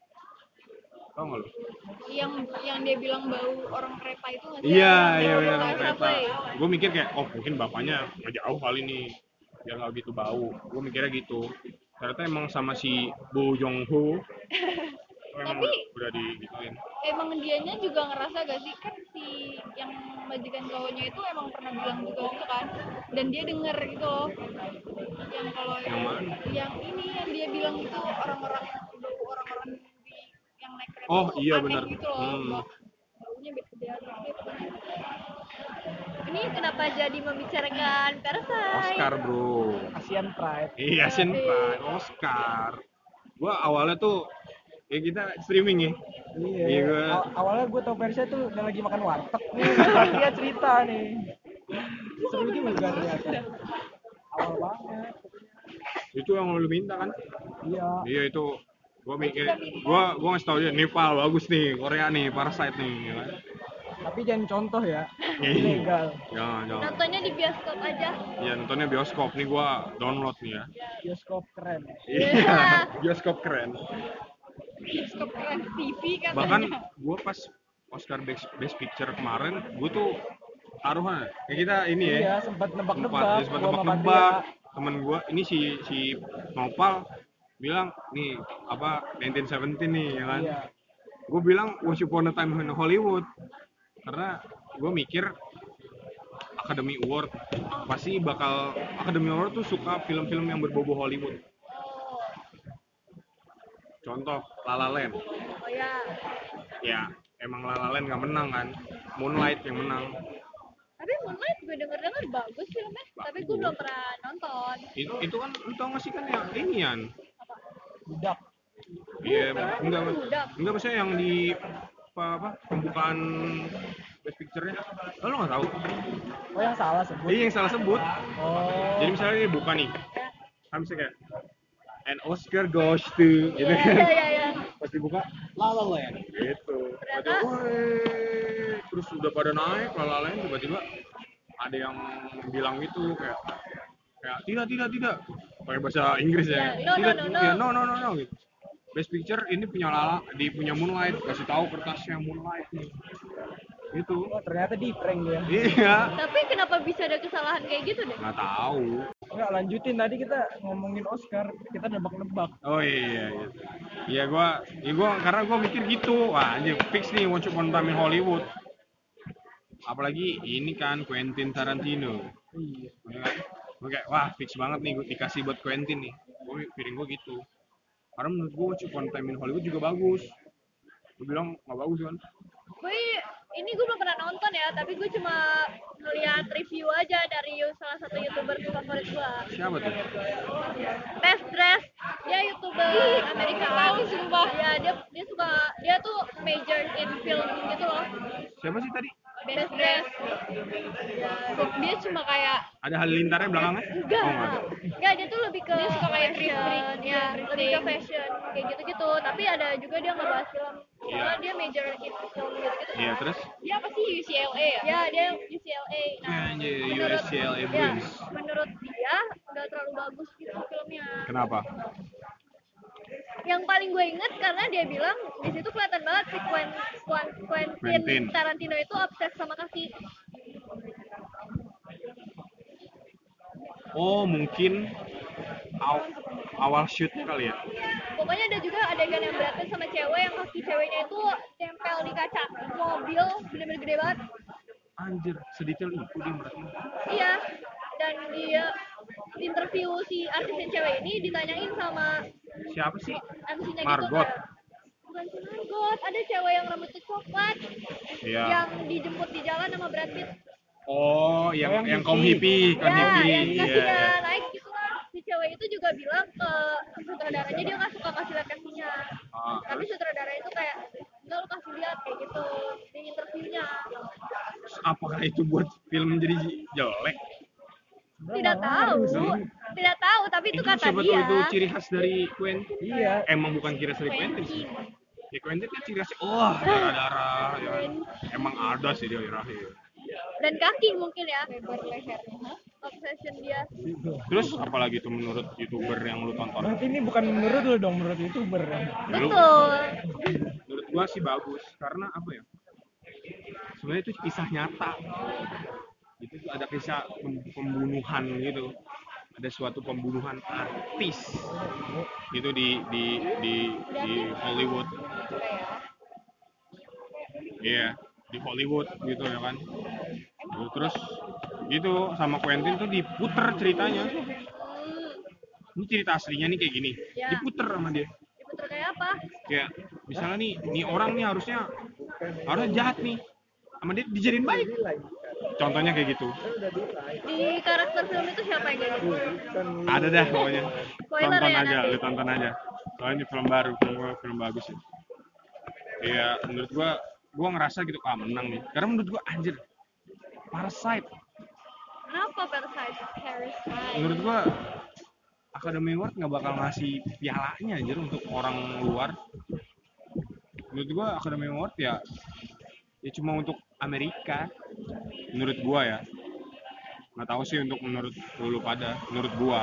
Tau nggak lo? Yang yang dia bilang bau orang kereta itu nggak sih? Iya Yang iya bau benar kereta. kereta. Gue mikir kayak oh mungkin bapaknya nggak jauh kali nih biar nggak gitu bau. Gue mikirnya gitu. Ternyata emang sama si Bo Jong Ho emang Tapi- udah digituin. Emang dianya juga ngerasa gak sih kan si yang majikan cowoknya itu emang pernah bilang juga gitu kan dan dia denger gitu loh yang kalau Yang mana? yang ini yang dia bilang itu orang-orang bau orang-orang di yang naik kereta Oh, tuh iya, aneh bener. gitu loh Hmm. bau- baunya beda gitu. Ini kenapa jadi membicarakan Parasite? Oscar bro. Asian Pride. Iya Asian Pride Oscar. Gua awalnya tuh ya kita streaming ya. Iya. Iya, gua- Aw- awalnya gue tau Persia tuh udah lagi makan warteg nih. Dia cerita nih. Seru juga ternyata. Awal banget. Itu yang lu minta kan? Iya. Iya itu. Gua mikir, gua gua ngasih tau dia Nepal bagus nih, Korea nih, Parasite nih, ya kan? Tapi jangan contoh ya. Iya. Ilegal. Jangan jangan. Nontonnya di bioskop aja. Iya nontonnya bioskop nih gua download nih ya. Bioskop keren. Iya. Bioskop keren. Bioskop keren T V katanya. Bahkan gua pas Oscar Best, Best Picture kemarin, gua tuh taruhan. Kayak kita ini ya. Iya, sempat nebak-nebak. Sempat, ya, sempat gua sama nebak-nebak. Patria. Temen gua ini si si Nopal bilang nih apa sembilan belas tujuh belas nih ya kan. Iya. gue bilang Once Upon a Time in Hollywood karena gue mikir Academy Award pasti bakal Academy Award tuh suka film-film yang berbau Hollywood. Oh, Contoh La La Land. oh ya. Ya emang La La Land nggak menang kan, Moonlight yang menang. Tapi Moonlight gue denger-denger bagus filmnya, tapi gue belum pernah nonton. Itu, itu kan lu tau gak sih kan yang inian. Budak. Iya, Bukan, enggak, itu budak. enggak maksudnya yang di apa, apa pembukaan Best Picture-nya. Lo nggak tahu? Oh yang salah sebut. Iya yang salah sebut. Oh. Jadi misalnya ini buka nih, kan bisa kayak an Oscar goes to, gitu Iya, kan? iya, iya, iya. Pas dibuka, La La Land. Gitu. Ternyata- Ada, "Woi." Terus udah pada naik, La La Land tiba-tiba ada yang bilang gitu kayak, kayak tidak tidak tidak, pakai bahasa Inggris ya. Ya, no, no, tidak, no, no. ya, no no no no gitu. Best Picture ini punya Lala, di punya Moonlight, kasih tahu kertasnya Moonlight nih. Itu. Oh, ternyata di prank dia. Iya. Tapi kenapa bisa ada kesalahan kayak gitu deh? Nggak tahu. Enggak, lanjutin tadi kita ngomongin Oscar, kita nebak-nebak. Oh iya iya. Iya gua, ya gua karena gua mikir gitu. Wah, anjir fix nih Once Upon a Time in Hollywood. Apalagi ini kan Quentin Tarantino. Iya. Ya kan? Gua kayak wah fix banget nih gua dikasih buat Quentin nih. Gua pikirin gua gitu. Karena menurut gua Once Upon a Time in Hollywood juga bagus. Gua bilang nggak bagus kan? Gue ini gue belum pernah nonton ya, tapi gue cuma ngeliat review aja dari salah satu youtuber favorit gue. Siapa tuh? Best Dress, dia youtuber Amerika. Tahu sumpah. Ya dia dia suka dia tuh major in film gitu loh. Siapa sih tadi? Best Dress. Ya, Dia cuma kayak Ada halilintarnya belakangnya? enggak. Oh, nggak ada. Enggak, dia tuh lebih ke Dia suka kayak fashion, trik-trik, ya, trik-trik. lebih ke fashion kayak gitu-gitu. Tapi ada juga dia ngebahas film. Soalnya Iya. dia major in film gitu-gitu. Iya kan. terus? dia apa sih U C L A ya? Ya, dia U C L A. Nah, Anjir, menurut- U C L A ya, Bruins. menurut dia nggak terlalu bagus gitu filmnya. Kenapa? Yang paling gue inget karena dia bilang di situ kelihatan banget si Quen, Quen, Quentin Quentin. Tarantino itu obses sama kaki. Oh mungkin aw awal shootnya kali ya? Pokoknya ada juga adegan yang berantem sama cewek yang kaki ceweknya itu tempel di kaca mobil bener-bener gede banget. Anjir, sedetail itu dia berarti. Iya. Dan dia interview si artis yang cewek ini ditanyain sama Siapa sih? M C-nya gitu. Margot. kayak, bukan si Margot, ada cewek yang rambutnya coklat Iya. yang dijemput di jalan sama Brad Pitt. Oh, yang Oh, yang yang kaum hippie. hippie, kan Ya, hippie. yang Iya. kakinya naik gitu lah. Si cewek itu juga bilang ke sutradaranya dia nggak suka kasih lihat kakinya. Ah, Tapi terus sutradara itu kayak, enggak lu kasih lihat kayak gitu di interviewnya. apakah itu buat film jadi jelek? Tidak tahu, tidak tahu, tapi itu, Itu kata siapa dia. tuh itu ciri khas dari Quentin? Iya. Emang bukan ciri khas dari Quentin sih. Ya Quentin kan ciri khasnya, wah darah-darah. Ya. Emang ada sih dia rahim. Dan kaki mungkin ya. Lebar leher. Hah? Obsession dia. Terus apalagi tuh menurut youtuber yang lu tonton? Berarti ini bukan menurut lu dong, menurut youtuber. Ya, lu- Betul. menurut gua sih bagus karena apa ya? Sebenarnya itu kisah nyata. Itu tuh ada kisah pem- pembunuhan gitu. Ada suatu pembunuhan artis gitu di di di di Hollywood. Iya, di Hollywood gitu ya kan. Gitu, terus gitu sama Quentin tuh diputer ceritanya. Hmm, Ini cerita aslinya nih kayak gini. Ya. Diputer sama dia. diputer kayak apa? Kayak misalnya nih, nih orang nih harusnya harusnya jahat nih. Sama dia dijadiin baik. Contohnya kayak gitu. Di karakter film itu siapa yang kayak gitu? Ada dah pokoknya. Spoiler Tonton ya aja, nanti. lu tonton aja. Soalnya ini film baru, film, film bagus ya. Iya, menurut gua gua ngerasa gitu ah menang nih. Karena menurut gua anjir Parasite. Kenapa Parasite? Parasite. Menurut gua Academy Award nggak bakal ngasih pialanya anjir untuk orang luar. Menurut gua Academy Award ya ya cuma untuk Amerika. Menurut gua ya. Nggak tahu sih untuk menurut lu pada. Menurut gua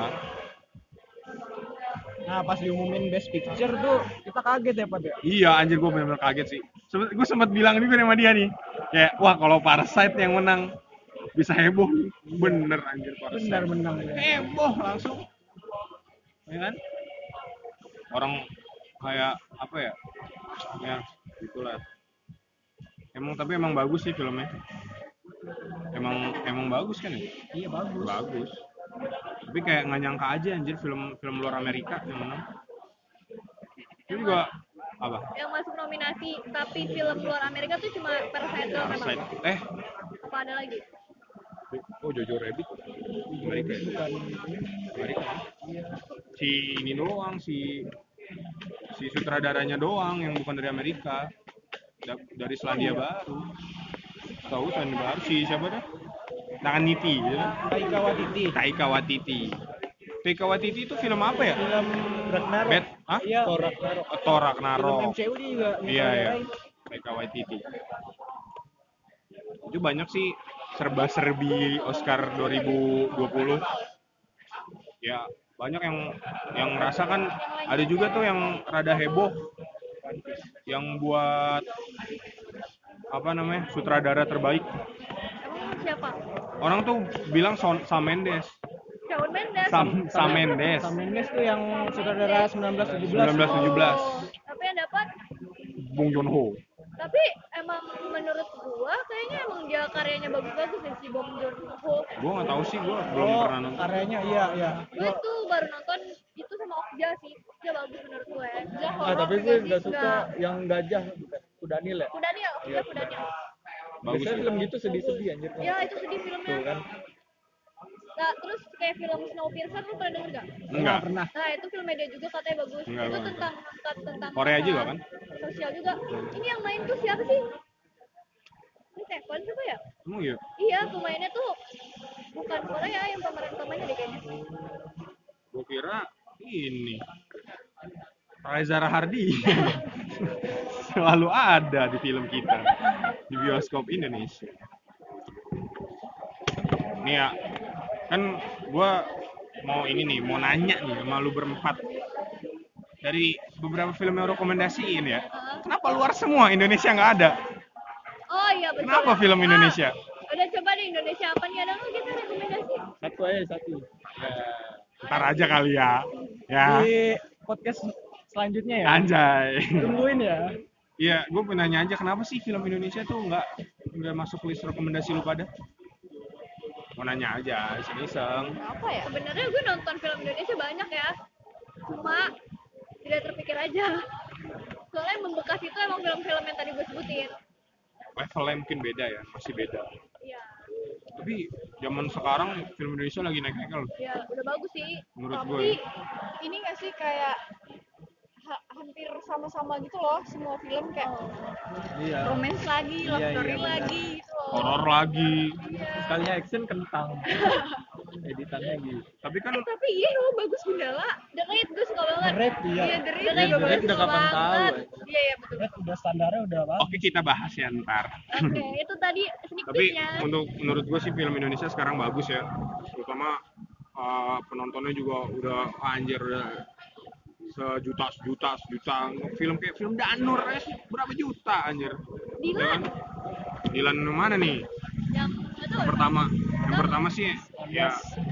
Nah, pas diumumin Best Picture tuh kita kaget ya, Pak ya. iya anjir gua benar-benar kaget sih. Sempet, gua sempat bilang juga sama dia nih. Kayak wah kalau Parasite yang menang bisa heboh nih. Bener anjir Parasite. Benar menang ya. Heboh langsung. Ya kan? Orang kayak apa ya? Ya Itulah. Emang tapi emang bagus sih filmnya. Emang emang bagus kan ya? Iya bagus. Bagus. Tapi kayak nggak nyangka aja anjir film film luar Amerika yang menang. Itu juga apa? Yang masuk nominasi tapi film luar Amerika tuh cuma Parasite doang memang. Parasite. Eh, Apa ada lagi? oh Jojo Rabbit. Amerika. Ya? Bukan Amerika. Si ini doang si si sutradaranya doang yang bukan dari Amerika. Da- dari Selandia Baru. Tahu Selandia Baru si siapa dah? Nakaniti, ya. Taika Waititi. Taika Waititi. Taika Waititi itu film apa ya? Film Ragnarok. Bad, hah? Iya. Thor Ragnarok. Oh, Thor Film Ragnarok. M C U dia juga. Iya, iya. nyutradarain. Taika Waititi. Itu banyak sih serba-serbi Oscar dua ribu dua puluh. Ya, banyak yang yang ngerasa kan ada juga tuh yang rada heboh yang buat apa namanya? Sutradara terbaik. Emang siapa? Orang tuh bilang Son- Sam Mendes. Shawn Mendes. Sam Sam Mendes. Sam Mendes tuh yang sutradara seribu sembilan ratus tujuh belas. seribu sembilan ratus tujuh belas. Oh, tapi yang dapat. Bong Joon Ho. Tapi emang menurut gua kayaknya emang dia karyanya bagus-bagus ya si Bong Joon Ho. Gua nggak tahu sih, gua belum Oh, pernah nonton. karyanya iya iya. Gue tuh baru nonton itu sama Okja sih. Okja bagus menurut gue. Okja Ah, horor tapi gue juga nggak sih, suka nggak. yang gajah, bukan Kudanil ya. Kuda dia, Okja kuda dia. Bagus Biasanya sih. film gitu sedih-sedih anjir. Ya itu sedih filmnya. Tuh kan. Nah, terus kayak film Snowpiercer lu pernah denger gak? Enggak. Pernah. Nah itu filmnya dia juga katanya bagus. Enggak, itu enggak. tentang angkat tentang Korea masalah juga kan? Sosial juga. Ini yang main tuh siapa sih? Ini Teflon siapa ya? Emang iya? Iya pemainnya tuh bukan Korea yang pemeran utamanya deh kayaknya. Gua kira ini Reza Rahardi selalu ada di film kita di bioskop Indonesia. Nih ya, kan gua mau ini nih, mau nanya nih sama lu berempat. Dari beberapa film yang rekomendasiin ya, kenapa luar semua Indonesia nggak ada? Oh iya betul. Kenapa film Indonesia? Ah, udah coba deh Indonesia apa nih ada nggak kita rekomendasi? Satu aja satu. Ntar aja kali ya. Ya, Di podcast selanjutnya ya. anjay. Tungguin ya. Iya, gue pengen nanya aja kenapa sih film Indonesia tuh nggak nggak masuk list rekomendasi lu pada? Mau nanya aja, iseng-iseng. Apa ya? Sebenarnya gue nonton film Indonesia banyak ya. Cuma tidak terpikir aja. Soalnya yang membekas itu emang film-film yang tadi gue sebutin. Levelnya mungkin beda ya, masih beda. Iya. Tapi zaman sekarang film Indonesia lagi naik-naiknya loh. Ya, udah bagus sih. Menurut Tapi gue. ya. ini nggak sih kayak ha- hampir sama-sama gitu loh semua film kayak Iya. romance lagi, love Iya, iya, story benar. lagi gitu loh. Horor lagi. Sekalinya action kentang. Editannya gitu. Tapi kan Eh, tapi iya loh, bagus Gundala. The Raid gue suka banget. The Raid, iya. Iya, The Raid The juga Raid gue udah suka kapan tahu, banget. ya. Iya, iya betul. Red udah standarnya udah apa? oke kita bahas ya ntar. Oke, itu tadi sneak Tapi peeknya. untuk menurut gue sih film Indonesia sekarang bagus ya. Terutama uh, penontonnya juga udah anjir udah sejuta sejuta sejuta film kayak film Danur ya sih berapa juta anjir. Ya Dilan kan? Dilan mana nih? yang nggak tahu. Yang pertama, yang pertama sih ya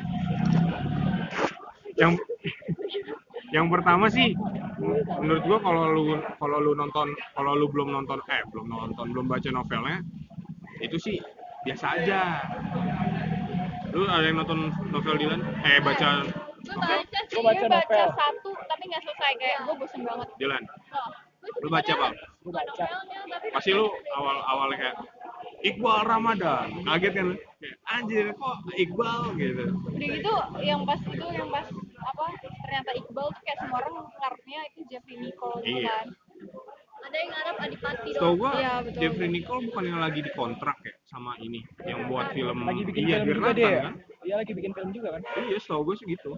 yang yang pertama sih menurut gua kalau lu kalau lu nonton kalau lu belum nonton eh belum nonton belum baca novelnya itu sih biasa aja. Lu ada yang nonton novel Dilan? Eh baca Gue baca sih. Gua baca Gue baca novel. satu tapi nggak selesai kayak gue bosen banget. Dilan? Oh, gue Lu baca Bang? Gue baca. novelnya, tapi Pasti lu awal-awalnya kayak Iqbal Ramadan, kaget kan? Kayak, anjir kok Iqbal gitu. Udah gitu yang pas itu yang pas apa ternyata Iqbal tuh kayak semua orang ngarepnya itu Jeffrey Nicole gitu Iya. kan. ada yang ngarep Adipati Setahu doang. gua Iya, betul. Jeffrey Nicole bukan yang lagi dikontrak ya sama ini yang buat film Lagi bikin iya film Biar juga Nathan, dia. kan? Iya lagi bikin film juga kan. Iya, setahu gue sih gitu.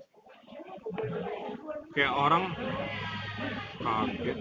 Kayak orang kaget.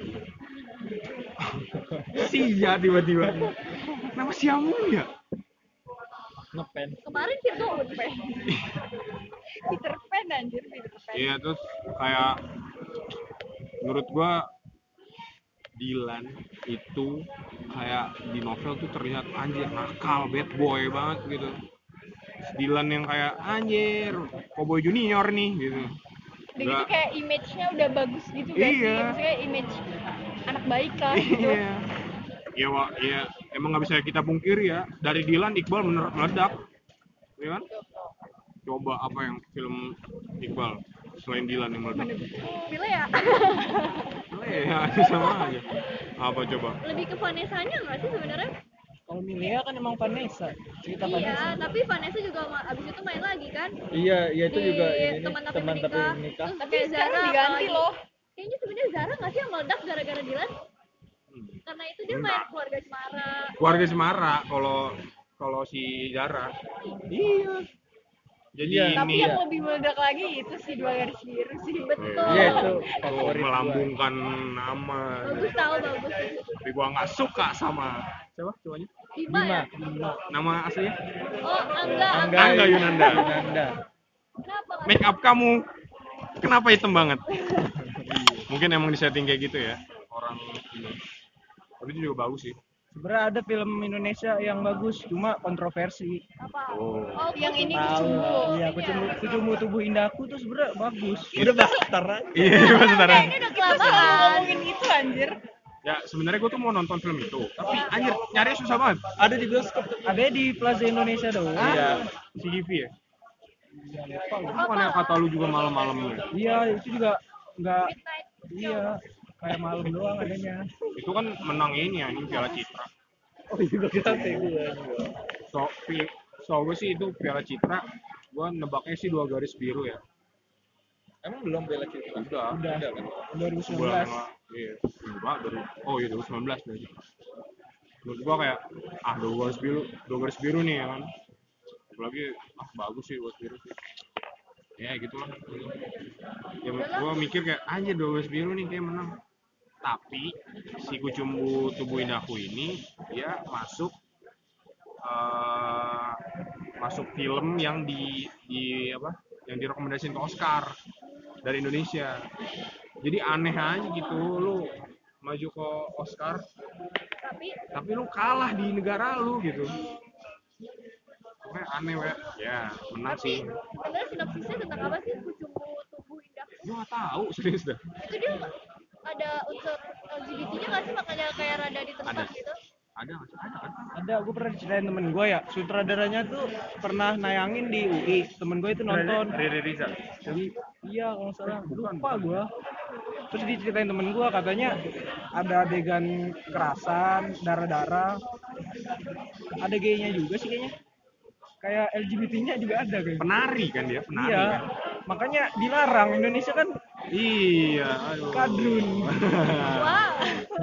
Sia tiba-tiba. Nama siamu ya? Ngepen. Kemarin Virgo Unpen. Peter Pan anjir Peter Pan. Iya, terus kayak menurut gua Dilan itu kayak di novel tuh terlihat anjir nakal, bad boy banget gitu. Dilan yang kayak anjir, cowboy junior nih gitu. Udah gitu Nggak- kayak image-nya udah bagus gitu guys sih. Iya. Maksudnya image anak baik lah gitu. Iya. Iya, Wak, iya. Emang nggak bisa kita pungkiri ya. Dari Dilan, Iqbal mener- meledak, ya kan? Coba apa yang film Iqbal selain Dilan yang meledak? Bila ya Oh iya, sama aja. Apa coba? lebih ke Vanessa-nya nggak sih sebenarnya? Kalau Milea kan emang Vanessa, cerita Vanessa. Iya, tapi Vanessa juga ma- abis itu main lagi kan Iya, iya itu di juga ini nih, teman tapi teman tapi menikah. menikah. Terus Tapi kayak sekarang Zara diganti apalagi. loh. Kayaknya sebenarnya Zara nggak sih yang meledak gara-gara Dilan? Hmm. Karena itu dia main Enggak. keluarga Cemara. Keluarga Semara kalau kalau si Zara. Iya. Jadi Iya. Tapi ini yang lebih meledak lagi itu si dua garis biru sih. Betul. Iya itu tuh favorit gua. melambungkan nama. Bagus tahu bagus. Tapi gua nggak suka sama siapa cowoknya? Bima, Bima. ya? Nama aslinya? Oh, Angga, Angga, Angga Yunanda. Yunanda. Kenapa? nggak Make up kamu kenapa hitam banget? Mungkin emang disetting kayak gitu ya orang ini. Tapi itu juga bagus sih. Sebenarnya ada film Indonesia yang bagus, cuma kontroversi. apa? Oh. Oh, Yang ini Kucing Tahu Kucumbu. lah. Iya, kucumbu, kucumbu tubuh indahku tuh sebenarnya bagus. Udah daftar aja. Iya, sebenarnya. Ini udah Selalu kelamaan. ngomongin itu anjir. Ya sebenarnya gue tuh mau nonton film itu, tapi anjir nyari susah banget. Ada di bioskop tuh. Ada di Plaza Indonesia doang. Iya, C G V ya. Bukannya kata lu juga malam-malam ya? Iya, itu juga nggak. Midnight. Iya, kayak malam doang adanya. Itu kan menang ini ya, ini Piala Citra. Oh iya gua kira kayak gue. So, pi- so gue sih itu Piala Citra, gue nebaknya sih dua garis biru ya. Emang belum bela citra? Udah, Udah. Udah kan? dua ribu sembilan bulan belas. yang lalu. Iya, enggak baru. Oh iya dua ribu sembilan belas berarti. Menurut gua kayak ah dua garis biru, dua garis biru nih ya kan. Apalagi ah bagus sih dua garis biru sih. Ya gitu lah. Ya gua mikir kayak anjir dua garis biru nih kayak menang. Tapi si Kucumbu Tubuh Indahku ini dia masuk eh masuk film yang di di apa? Yang direkomendasiin ke Oscar dari Indonesia. Jadi aneh aja gitu lu maju ke Oscar Tapi tapi lu kalah di negara lu gitu. Pokoknya aneh we. Ya, menang tapi sih. sebenarnya sinopsisnya tentang apa sih Kucumbu Tubuh Indah? Gua nggak tahu serius dah. Itu dia ada unsur L G B T-nya nggak sih makanya kayak rada ditentang Ada. gitu? Ada nggak sih? Ada kan? Ada, gue pernah diceritain temen gue ya, sutradaranya tuh pernah nayangin di U I. Temen gue itu nonton. Riri Riza. Jadi iya kalau nggak salah lupa gue. Terus diceritain temen gue katanya ada adegan kekerasan, darah-darah. Ada gaynya juga sih kayaknya. Kayak L G B T-nya juga ada kayaknya. Penari kan dia, penari Iya. kan. Makanya dilarang. Indonesia kan Iya, aduh. kadrun. Wow.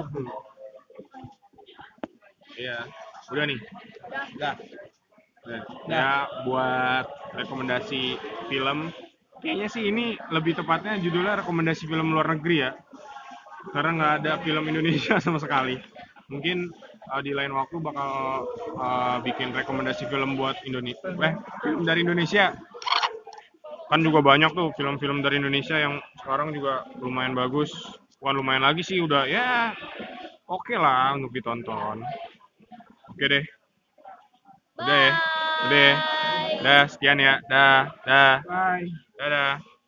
Iya. Udah nih. Dah. Udah. Ya buat rekomendasi film kayaknya sih ini lebih tepatnya judulnya rekomendasi film luar negeri ya. Karena nggak ada film Indonesia sama sekali. Mungkin uh, di lain waktu bakal uh, bikin rekomendasi film buat Indonesia. Eh, film dari Indonesia. Kan juga banyak tuh film-film dari Indonesia yang sekarang juga lumayan bagus. Bukan lumayan lagi sih, udah ya oke lah untuk ditonton. Oke deh. Udah ya. Udah ya. Dah, sekian ya. Dah, dah. Bye. Dadah.